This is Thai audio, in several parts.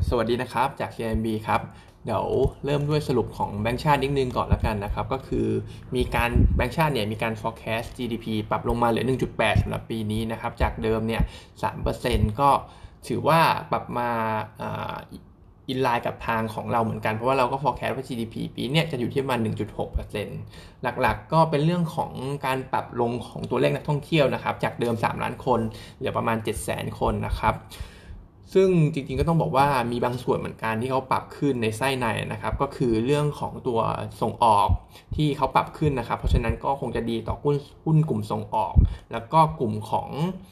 สวัสดีนะครับจาก CIMB ครับเดี๋ยวเริ่มด้วยสรุปของแบงก์ชาตินิดนึงก่อนแล้วกันนะครับก็คือมีการแบงก์ชาติเนี่ยมีการ forecast GDP ปรับลงมาเหลือ 1.8 สำหรับปีนี้นะครับจากเดิมเนี่ย 3% ก็ถือว่าปรับมาอินไลน์กับทางของเราเหมือนกันเพราะว่าเราก็ forecast ว่า GDP ปีนี้จะอยู่ที่ประมาณ 1.6% หลักๆก็เป็นเรื่องของการปรับลงของตัวเลขนักท่องเที่ยวนะครับจากเดิม3ล้านคนเหลือประมาณ 700,000 คนนะครับซึ่งจริงๆก็ต้องบอกว่ามีบางส่วนเหมือนกันที่เขาปรับขึ้นในไส้ในนะครับก็คือเรื่องของตัวส่งออกที่เขาปรับขึ้นนะครับเพราะฉะนั้นก็คงจะดีต่อหุ้นกลุ่มส่งออกแล้วก็กลุ่มของ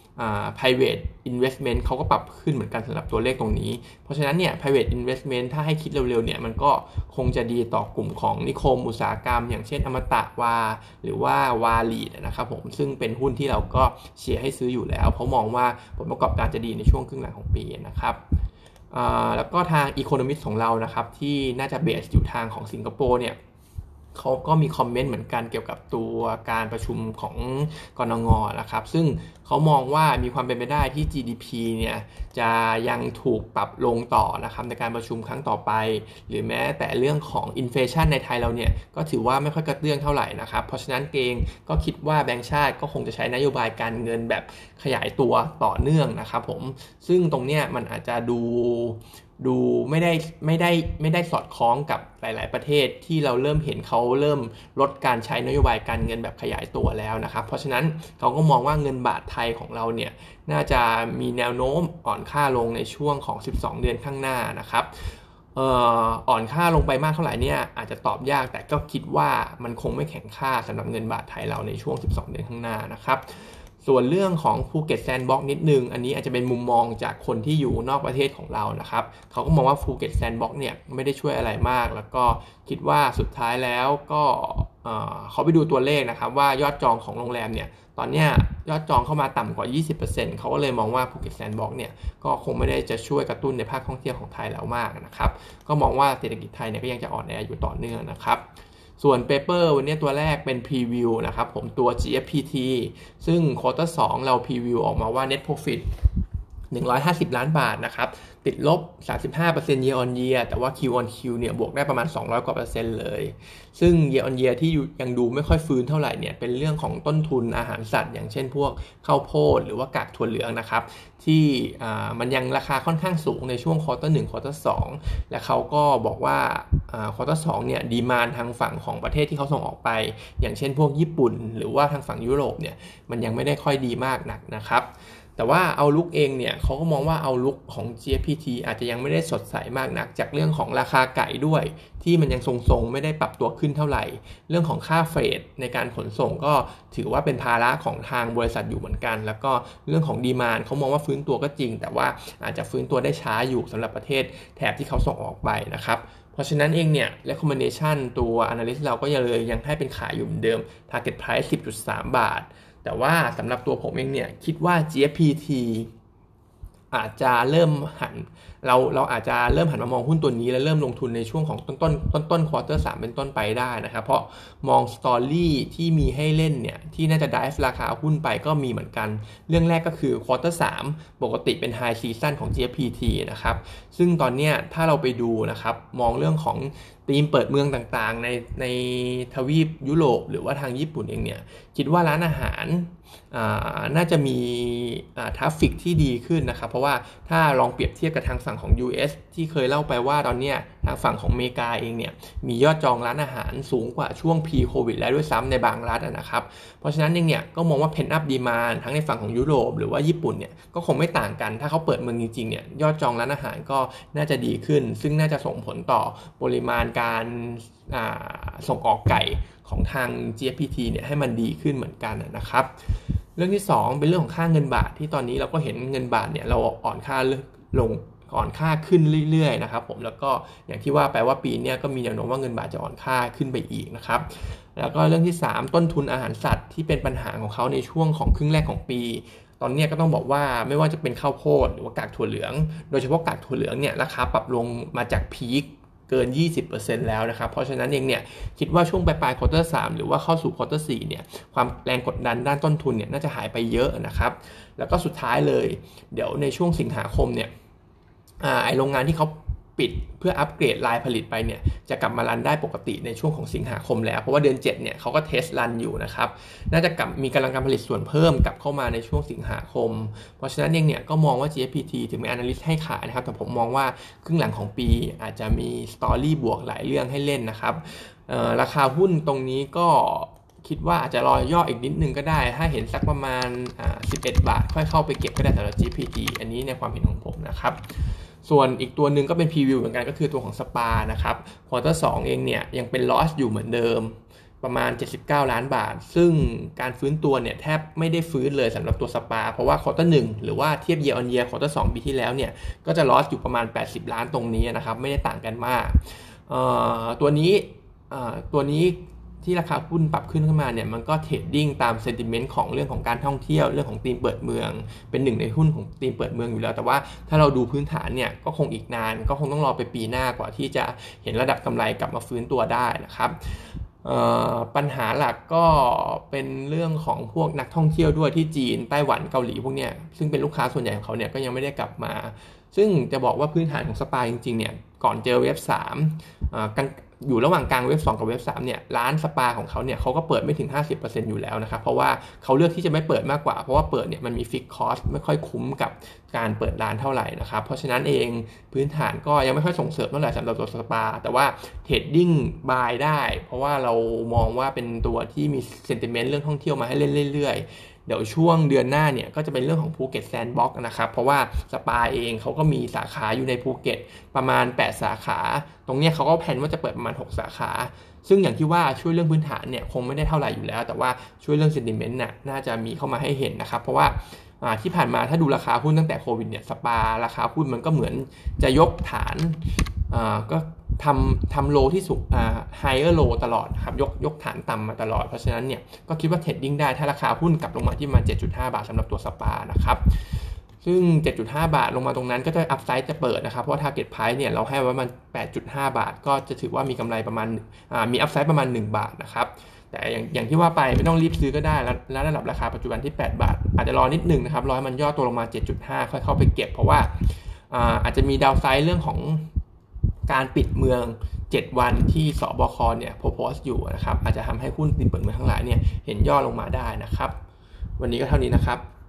private investment เขาก็ปรับขึ้นเหมือนกันสำหรับตัวเลขตรงนี้เพราะฉะนั้นเนี่ย private investment ถ้าให้คิดเร็วๆเนี่ยมันก็คงจะดีต่อกลุ่มของนิคมอุตสาหกรรมอย่างเช่นอมตะวาหรือว่าวาลีนะครับผมซึ่งเป็นหุ้นที่เราก็เชียร์ให้ซื้ออยู่แล้วเพราะมองว่าผลประกอบการจะดีในช่วงครึ่งหลังของปีนะครับแล้วก็ทาง Economist ของเรานะครับที่น่าจะเบสอยู่ทางของสิงคโปร์เนี่ยเขาก็มีคอมเมนต์เหมือนกันเกี่ยวกับตัวการประชุมของกนง.นะครับซึ่งเขามองว่ามีความเป็นไปได้ที่ GDP เนี่ยจะยังถูกปรับลงต่อนะครับในการประชุมครั้งต่อไปหรือแม้แต่เรื่องของอินเฟชันในไทยเราเนี่ยก็ถือว่าไม่ค่อยกระเตื้องเท่าไหร่นะครับเพราะฉะนั้นเองก็คิดว่าแบงก์ชาติก็คงจะใช้นโยบายการเงินแบบขยายตัวต่อเนื่องนะครับผมซึ่งตรงเนี้ยมันอาจจะดูไม่ได้สอดคล้องกับหลายๆประเทศที่เราเริ่มเห็นเขาเริ่มลดการใช้นโยบายการเงินแบบขยายตัวแล้วนะครับเพราะฉะนั้นเขาก็มองว่าเงินบาทไทยของเราเนี่ยน่าจะมีแนวโน้มอ่อนค่าลงในช่วงของ12เดือนข้างหน้านะครับอ่อนค่าลงไปมากเท่าไหร่เนี่ยอาจจะตอบยากแต่ก็คิดว่ามันคงไม่แข็งค่าสำหรับเงินบาทไทยเราในช่วง12เดือนข้างหน้านะครับส่วนเรื่องของภูเก็ตแซนด์บ็อกซ์นิดนึงอันนี้อาจจะเป็นมุมมองจากคนที่อยู่นอกประเทศของเรานะครับเขาก็มองว่าภูเก็ตแซนด์บ็อกซ์เนี่ยไม่ได้ช่วยอะไรมากแล้วก็คิดว่าสุดท้ายแล้วก็เขาไปดูตัวเลขนะครับว่ายอดจองของโรงแรมเนี่ยตอนนี้ยอดจองเข้ามาต่ำกว่า 20% เขาก็เลยมองว่าภูเก็ตแซนด์บ็อกซ์เนี่ยก็คงไม่ได้จะช่วยกระตุ้นในภาคท่องเที่ยวของไทยแล้วมากนะครับก็มองว่าเศรษฐกิจไทยเนี่ยก็ยังจะอ่อนแออยู่ต่อเนื่องนะครับส่วนเปเปอร์วันนี้ตัวแรกเป็นพรีวิวนะครับผมตัว GFPT ซึ่งควอเตอร์2เราพรีวิวออกมาว่า Net Profit 150 ล้านบาทนะครับติดลบ 35% year on year แต่ว่า Q on Q เนี่ยบวกได้ประมาณ200กว่า%เลยซึ่ง year on year ที่ยังดูไม่ค่อยฟื้นเท่าไหร่เนี่ยเป็นเรื่องของต้นทุนอาหารสัตว์อย่างเช่นพวกข้าวโพดหรือว่ากากถั่วเหลืองนะครับที่มันยังราคาค่อนข้างสูงในช่วงควอเตอร์1ควอเตอร์2และเขาก็บอกว่าควอเตอร์2เนี่ยดีมานด์ทางฝั่งของประเทศที่เขาส่งออกไปอย่างเช่นพวกญี่ปุ่นหรือว่าทางฝั่งยุโรปเนี่ยมันยังไม่ได้ค่อยดีมากนักนะครับแต่ว่าเอาลุกเองเนี่ยเขาก็มองว่าเอาลุกของ GFPT อาจจะยังไม่ได้สดใสมากนักจากเรื่องของราคาไก่ด้วยที่มันยังทรงๆไม่ได้ปรับตัวขึ้นเท่าไหร่เรื่องของค่าเฟรทในการขนส่งก็ถือว่าเป็นภาระของทางบริษัทอยู่เหมือนกันแล้วก็เรื่องของดีมานด์เขามองว่าฟื้นตัวก็จริงแต่ว่าอาจจะฟื้นตัวได้ช้าอยู่สำหรับประเทศแถบที่เขาส่งออกไปนะครับเพราะฉะนั้นเองเนี่ย recommendation ตัว analyst เราก็ยังให้เป็นขายอยู่เหมือนเดิม target price 10.3 บาทแต่ว่าสำหรับตัวผมเองเนี่ยคิดว่า GFPT อาจจะเริ่มหันเราอาจจะเริ่มหันมามองหุ้นตัวนี้และเริ่มลงทุนในช่วงของต้นควอเตอร์3เป็นต้นไปได้นะครับเพราะมองสตอรี่ที่มีให้เล่นเนี่ยที่น่าจะไดฟ์ราคาหุ้นไปก็มีเหมือนกันเรื่องแรกก็คือควอเตอร์3ปกติเป็นไฮซีซั่นของ GFPT นะครับซึ่งตอนนี้ถ้าเราไปดูนะครับมองเรื่องของธีมเปิดเมืองต่างๆในทวีปยุโรปหรือว่าทางญี่ปุ่นเองเนี่ยคิดว่าร้านอาหารน่าจะมีทราฟฟิกที่ดีขึ้นนะครับเพราะว่าถ้าลองเปรียบเทียบกับทางฝั่งของ US ที่เคยเล่าไปว่าตอนนี้ทางฝั่งของอเมริกาเองเนี่ยมียอดจองร้านอาหารสูงกว่าช่วง pre-covid แล้วด้วยซ้ำในบางรัฐนะครับเพราะฉะนั้นเองเนี่ยก็มองว่า pent up demand ทั้งในฝั่งของยุโรปหรือว่าญี่ปุ่นเนี่ยก็คงไม่ต่างกันถ้าเขาเปิดเมืองจริงๆเนี่ยยอดจองร้านอาหารก็น่าจะดีขึ้นซึ่งน่าจะส่งผลต่อปริมาณการส่งออกไก่ของทาง GFPT เนี่ยให้มันดีขึ้นเหมือนกันนะครับเรื่องที่2เป็นเรื่องของค่าเงินบาทที่ตอนนี้เราก็เห็นเงินบาทเนี่ยเราอ่อนค่าลงอ่อนค่าขึ้นเรื่อยๆนะครับผมแล้วก็อย่างที่ว่าไปว่าปีนี้ก็มีแนวโน้มว่าเงินบาทจะอ่อนค่าขึ้นไปอีกนะครับแล้วก็เรื่องที่3ต้นทุนอาหารสัตว์ที่เป็นปัญหาของเขาในช่วงของครึ่งแรกของปีตอนนี้ก็ต้องบอกว่าไม่ว่าจะเป็นข้าวโพดหรือว่ากากถั่วเหลืองโดยเฉพาะกากถั่วเหลืองเนี่ยราคาปรับลงมาจากพีคเกิน 20% แล้วนะครับเพราะฉะนั้นเองเนี่ยคิดว่าช่วงปลายควอเตอร์3หรือว่าเข้าสู่ควอเตอร์4เนี่ยความแรงกดดันด้านต้นทุนเนี่ยน่าจะหายไปเยอะนะครับแล้วก็สุดท้ายเลยเดี๋ยวในช่วงสิงหาคมเนี่ยไอโรงงานที่เขาปิดเพื่ออัปเกรดไลน์ผลิตไปเนี่ยจะกลับมารันได้ปกติในช่วงของสิงหาคมแล้วเพราะว่าเดือน7เนี่ยเขาก็เทสรันอยู่นะครับน่าจะกลับมีกำลังการผลิตส่วนเพิ่มกลับเข้ามาในช่วงสิงหาคมเพราะฉะนั้นเองเนี่ยก็มองว่า GFPT ถึงแม้ Analyst ให้ขายนะครับแต่ผมมองว่าครึ่งหลังของปีอาจจะมีสตอรี่บวกหลายเรื่องให้เล่นนะครับราคาหุ้นตรงนี้ก็คิดว่าอาจจะรอย่ออีกนิดนึงก็ได้ถ้าเห็นสักประมาณ11 บาทค่อยเข้าไปเก็บก็ได้สำหรับ GPT อันนี้ในความเห็นของผมนะครับส่วนอีกตัวหนึ่งก็เป็นพรีวิวเหมือนกันก็คือตัวของสปานะครับควอเตอร์2เองเนี่ยยังเป็นลอสอยู่เหมือนเดิมประมาณ79ล้านบาทซึ่งการฟื้นตัวเนี่ยแทบไม่ได้ฟื้นเลยสำหรับตัวสปาเพราะว่าควอเตอร์1หรือว่าเทียบ year on year ควอเตอร์2ปีที่แล้วเนี่ยก็จะลอสอยู่ประมาณ80ล้านตรงนี้นะครับไม่ได้ต่างกันมากตัวนี้ที่ราคาหุ้นปรับขึ้นมาเนี่ยมันก็เทรดดิ้งตามเซนติเมนต์ของเรื่องของการท่องเที่ยวเรื่องของธีมเปิดเมืองเป็นหนึ่งในหุ้นของธีมเปิดเมืองอยู่แล้วแต่ว่าถ้าเราดูพื้นฐานเนี่ยก็คงอีกนานก็คงต้องรอไปปีหน้ากว่าที่จะเห็นระดับกำไรกลับมาฟื้นตัวได้นะครับปัญหาหลักก็เป็นเรื่องของพวกนักท่องเที่ยวด้วยที่จีนไต้หวันเกาหลีพวกเนี้ยซึ่งเป็นลูกค้าส่วนใหญ่ของเขาเนี่ยก็ยังไม่ได้กลับมาซึ่งจะบอกว่าพื้นฐานของสปาจริงๆเนี่ยก่อนเจอเว็บ3กันอยู่ระหว่างกลางเว็บ2กับเว็บ3เนี่ยร้านสปาของเขาเนี่ยเขาก็เปิดไม่ถึง 50% อยู่แล้วนะครับเพราะว่าเขาเลือกที่จะไม่เปิดมากกว่าเพราะว่าเปิดเนี่ยมันมีฟิกคอสไม่ค่อยคุ้มกับการเปิดร้านเท่าไหร่นะครับเพราะฉะนั้นเองพื้นฐานก็ยังไม่ค่อยส่งเสริมเท่าไหร่สำหรับตัวสปาแต่ว่าเทรดดิ้งบายได้เพราะว่าเรามองว่าเป็นตัวที่มีเซนติเมนต์เรื่องท่องเที่ยวมาให้เล่นเรื่อยๆเดี๋ยวช่วงเดือนหน้าเนี่ยก็จะเป็นเรื่องของภูเก็ตแซนด์บ็อกซ์นะครับเพราะว่าสปาเองเขาก็มีสาขาอยู่ในภูเก็ตประมาณ8สาขาตรงนี้เขาก็แผนว่าจะเปิดประมาณ6สาขาซึ่งอย่างที่ว่าช่วยเรื่องพื้นฐานเนี่ยคงไม่ได้เท่าไหร่อยู่แล้วแต่ว่าช่วยเรื่องเซนติเมนต์น่าจะมีเข้ามาให้เห็นนะครับเพราะว่าที่ผ่านมาถ้าดูราคาหุ้นตั้งแต่โควิดเนี่ยสปาราคาหุ้นมันก็เหมือนจะยกฐานก็ทำโลที่สูงhigher low ตลอดครับยกฐานต่ำมาตลอดเพราะฉะนั้นเนี่ยก็คิดว่าเทรดดิ้งได้ถ้าราคาหุ้นกลับลงมาที่ประมาณ 7.5 บาทสำหรับตัวสปานะครับซึ่ง 7.5 บาทลงมาตรงนั้นก็จะอัพไซด์จะเปิดนะครับเพราะว่า target price เนี่ยเราให้ไว้ประมาณ 8.5 บาทก็จะถือว่ามีกำไรประมาณมีอัพไซด์ประมาณ1บาทนะครับแต่อย่างที่ว่าไปไม่ต้องรีบซื้อก็ได้แล้วระดับราคาปัจจุบันที่8บาทอาจจะรอนิดนึงนะครับรอให้มันย่อตัวลงมา 7.5 ค่อยเข้าไปเก็บเพราะว่าอาจจะมีดาวไซด์เรื่องของการปิดเมือง7วันที่สบคเนี่ยโพสต์อยู่นะครับอาจจะทำให้หุ้นติดเปิดเมืองทั้งหลายเนี่ยเห็นย่อลงมาได้นะครับวันนี้ก็เท่านี้นะครับ